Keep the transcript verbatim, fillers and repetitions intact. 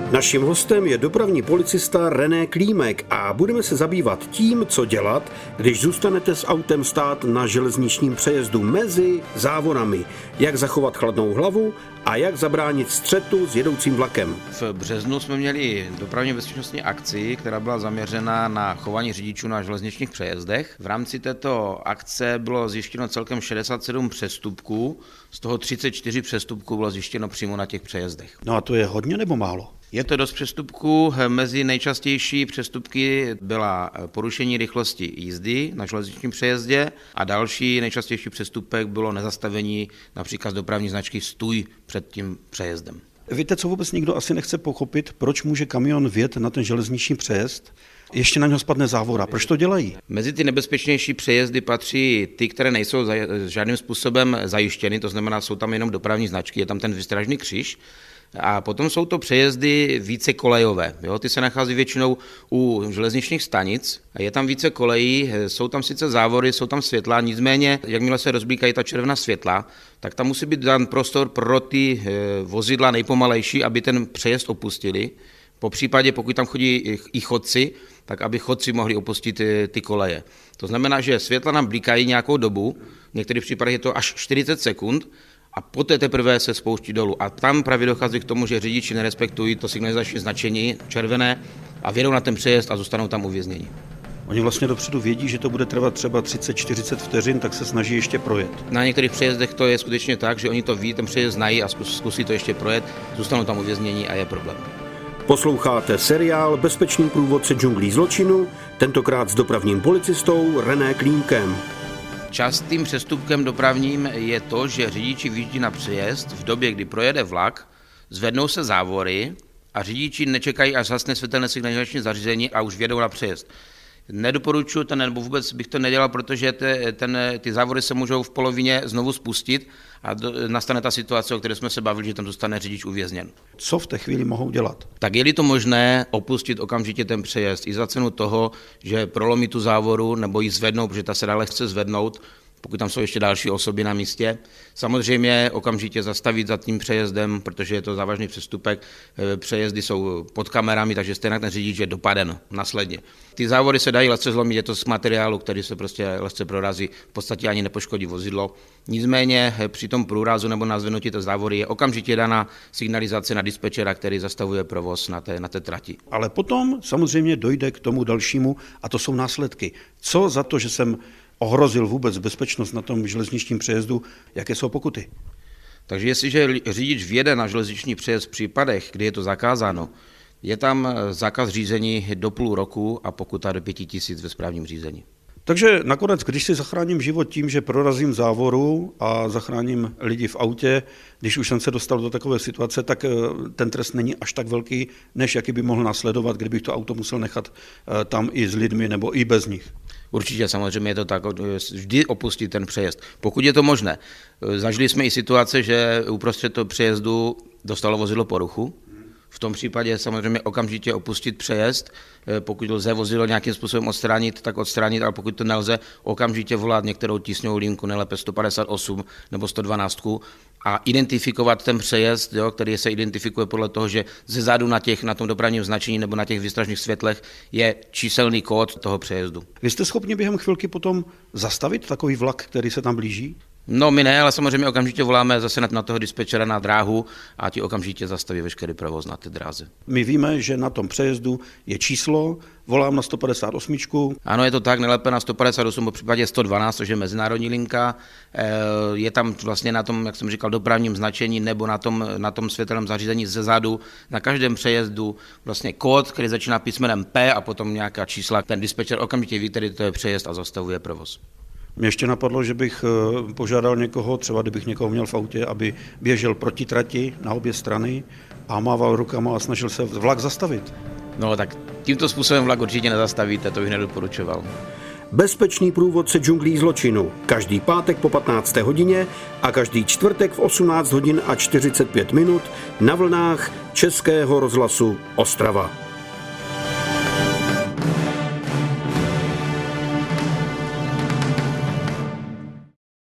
Naším hostem je dopravní policista René Klímek a budeme se zabývat tím, co dělat, když zůstanete s autem stát na železničním přejezdu mezi závorami, jak zachovat chladnou hlavu a jak zabránit střetu s jedoucím vlakem. V březnu jsme měli dopravně bezpečnostní akci, která byla zaměřena na chování řidičů na železničních přejezdech. V rámci této akce bylo zjištěno celkem šedesát sedm přestupků, z toho třicet čtyři přestupků bylo zjištěno přímo na těch přejezdech. No a to je hodně nebo málo? Je to dost přestupků. Mezi nejčastější přestupky byla porušení rychlosti jízdy na železničním přejezdě a další nejčastější přestupek bylo nezastavení například dopravní značky stůj před tím přejezdem. Víte, co vůbec nikdo asi nechce pochopit, proč může kamion vjet na ten železniční přejezd? Ještě na něho spadne závora. Proč to dělají? Mezi ty nebezpečnější přejezdy patří ty, které nejsou žádným způsobem zajištěny, to znamená, jsou tam jenom dopravní značky, je tam ten výstražný kříž. A potom jsou to přejezdy více kolejové. Jo? Ty se nachází většinou u železničních stanic a je tam více kolejí, jsou tam sice závory, jsou tam světla, nicméně, jakmile se rozblíkají ta červená světla, tak tam musí být dán prostor pro ty vozidla nejpomalejší, aby ten přejezd opustili. Po případě, pokud tam chodí i chodci, tak aby chodci mohli opustit ty koleje. To znamená, že světla nám blikají nějakou dobu, v některých případech je to až čtyřicet sekund, a poté teprve se spouští dolů. A tam právě dochází k tomu, že řidiči nerespektují to signalizační značení červené a vjedou na ten přejezd a zůstanou tam uvězněni. Oni vlastně dopředu vědí, že to bude trvat třeba třicet čtyřicet vteřin, tak se snaží ještě projet. Na některých přejezdech to je skutečně tak, že oni to ví, ten přejezd znají a zkusí to ještě projet, zůstanou tam uvězněni a je problém. Posloucháte seriál Bezpečný průvodce džunglí zločinu, tentokrát s dopravním policistou René Klímkem. Častým přestupkem dopravním je to, že řidiči vyjíždí na přejezd v době, kdy projede vlak, zvednou se závory a řidiči nečekají, až zhasne světelné signalizační zařízení a už vjedou na přejezd. Nedoporučuji to, nebo vůbec bych to nedělal, protože te, ten, ty závory se můžou v polovině znovu spustit a do, nastane ta situace, o které jsme se bavili, že tam zůstane řidič uvězněn. Co v té chvíli mohou dělat? Tak je-li to možné, opustit okamžitě ten přejezd i za cenu toho, že prolomí tu závoru nebo ji zvednou, protože ta se dále chce zvednout, pokud tam jsou ještě další osoby na místě. Samozřejmě okamžitě zastavit za tím přejezdem, protože je to závažný přestupek. Přejezdy jsou pod kamerami, takže stejně ten řidič je dopaden následně. Ty závory se dají lehce zlomit, je to z materiálu, který se prostě lehce prorazí, v podstatě ani nepoškodí vozidlo. Nicméně při tom průrazu nebo na zvednutí té závory je okamžitě daná signalizace na dispečera, který zastavuje provoz na té, na té trati. Ale potom samozřejmě dojde k tomu dalšímu a to jsou následky. Co za to, že jsem ohrozil vůbec bezpečnost na tom železničním přejezdu, jaké jsou pokuty? Takže jestliže řidič vjede na železniční přejezd v případech, kdy je to zakázáno, je tam zákaz řízení do půl roku a pokuta do pěti tisíc ve správním řízení. Takže nakonec, když si zachráním život tím, že prorazím závoru a zachráním lidi v autě, když už jsem se dostal do takové situace, tak ten trest není až tak velký, než jaký by mohl následovat, kdybych to auto musel nechat tam i s lidmi nebo i bez nich. Určitě, samozřejmě je to tak, vždy opustit ten přejezd, pokud je to možné. Zažili jsme i situace, že uprostřed toho přejezdu dostalo vozidlo poruchu. V tom případě samozřejmě okamžitě opustit přejezd, pokud lze vozidlo nějakým způsobem odstranit, tak odstranit, ale pokud to nelze, okamžitě volat některou tísňovou linku, nejlépe sto padesát osm nebo sto dvanáct a identifikovat ten přejezd, jo, který se identifikuje podle toho, že ze zadu na, těch, na tom dopravním značení nebo na těch výstražných světlech je číselný kód toho přejezdu. Vy jste schopni během chvilky potom zastavit takový vlak, který se tam blíží? No my ne, ale samozřejmě okamžitě voláme zase na toho dispečera na dráhu a ti okamžitě zastaví veškerý provoz na té dráze. My víme, že na tom přejezdu je číslo, volám na sto padesát osm. Ano, je to tak, nejlépe na sto padesát osm, po případě sto dvanáct, což je mezinárodní linka. Je tam vlastně na tom, jak jsem říkal, dopravním značení nebo na tom, na tom světelném zařízení ze zadu, na každém přejezdu vlastně kód, který začíná písmenem P a potom nějaká čísla. Ten dispečer okamžitě ví, který to je přejezd a zastavuje provoz. Mě ještě napadlo, že bych požádal někoho, třeba kdybych někoho měl v autě, aby běžel proti trati na obě strany a mával rukama a snažil se vlak zastavit. No tak tímto způsobem vlak určitě nezastavíte, to bych nedoporučoval. Bezpečný průvodce džunglí zločinu. Každý pátek po patnácté hodině a každý čtvrtek v osmnáct hodin a čtyřicet pět minut na vlnách Českého rozhlasu Ostrava.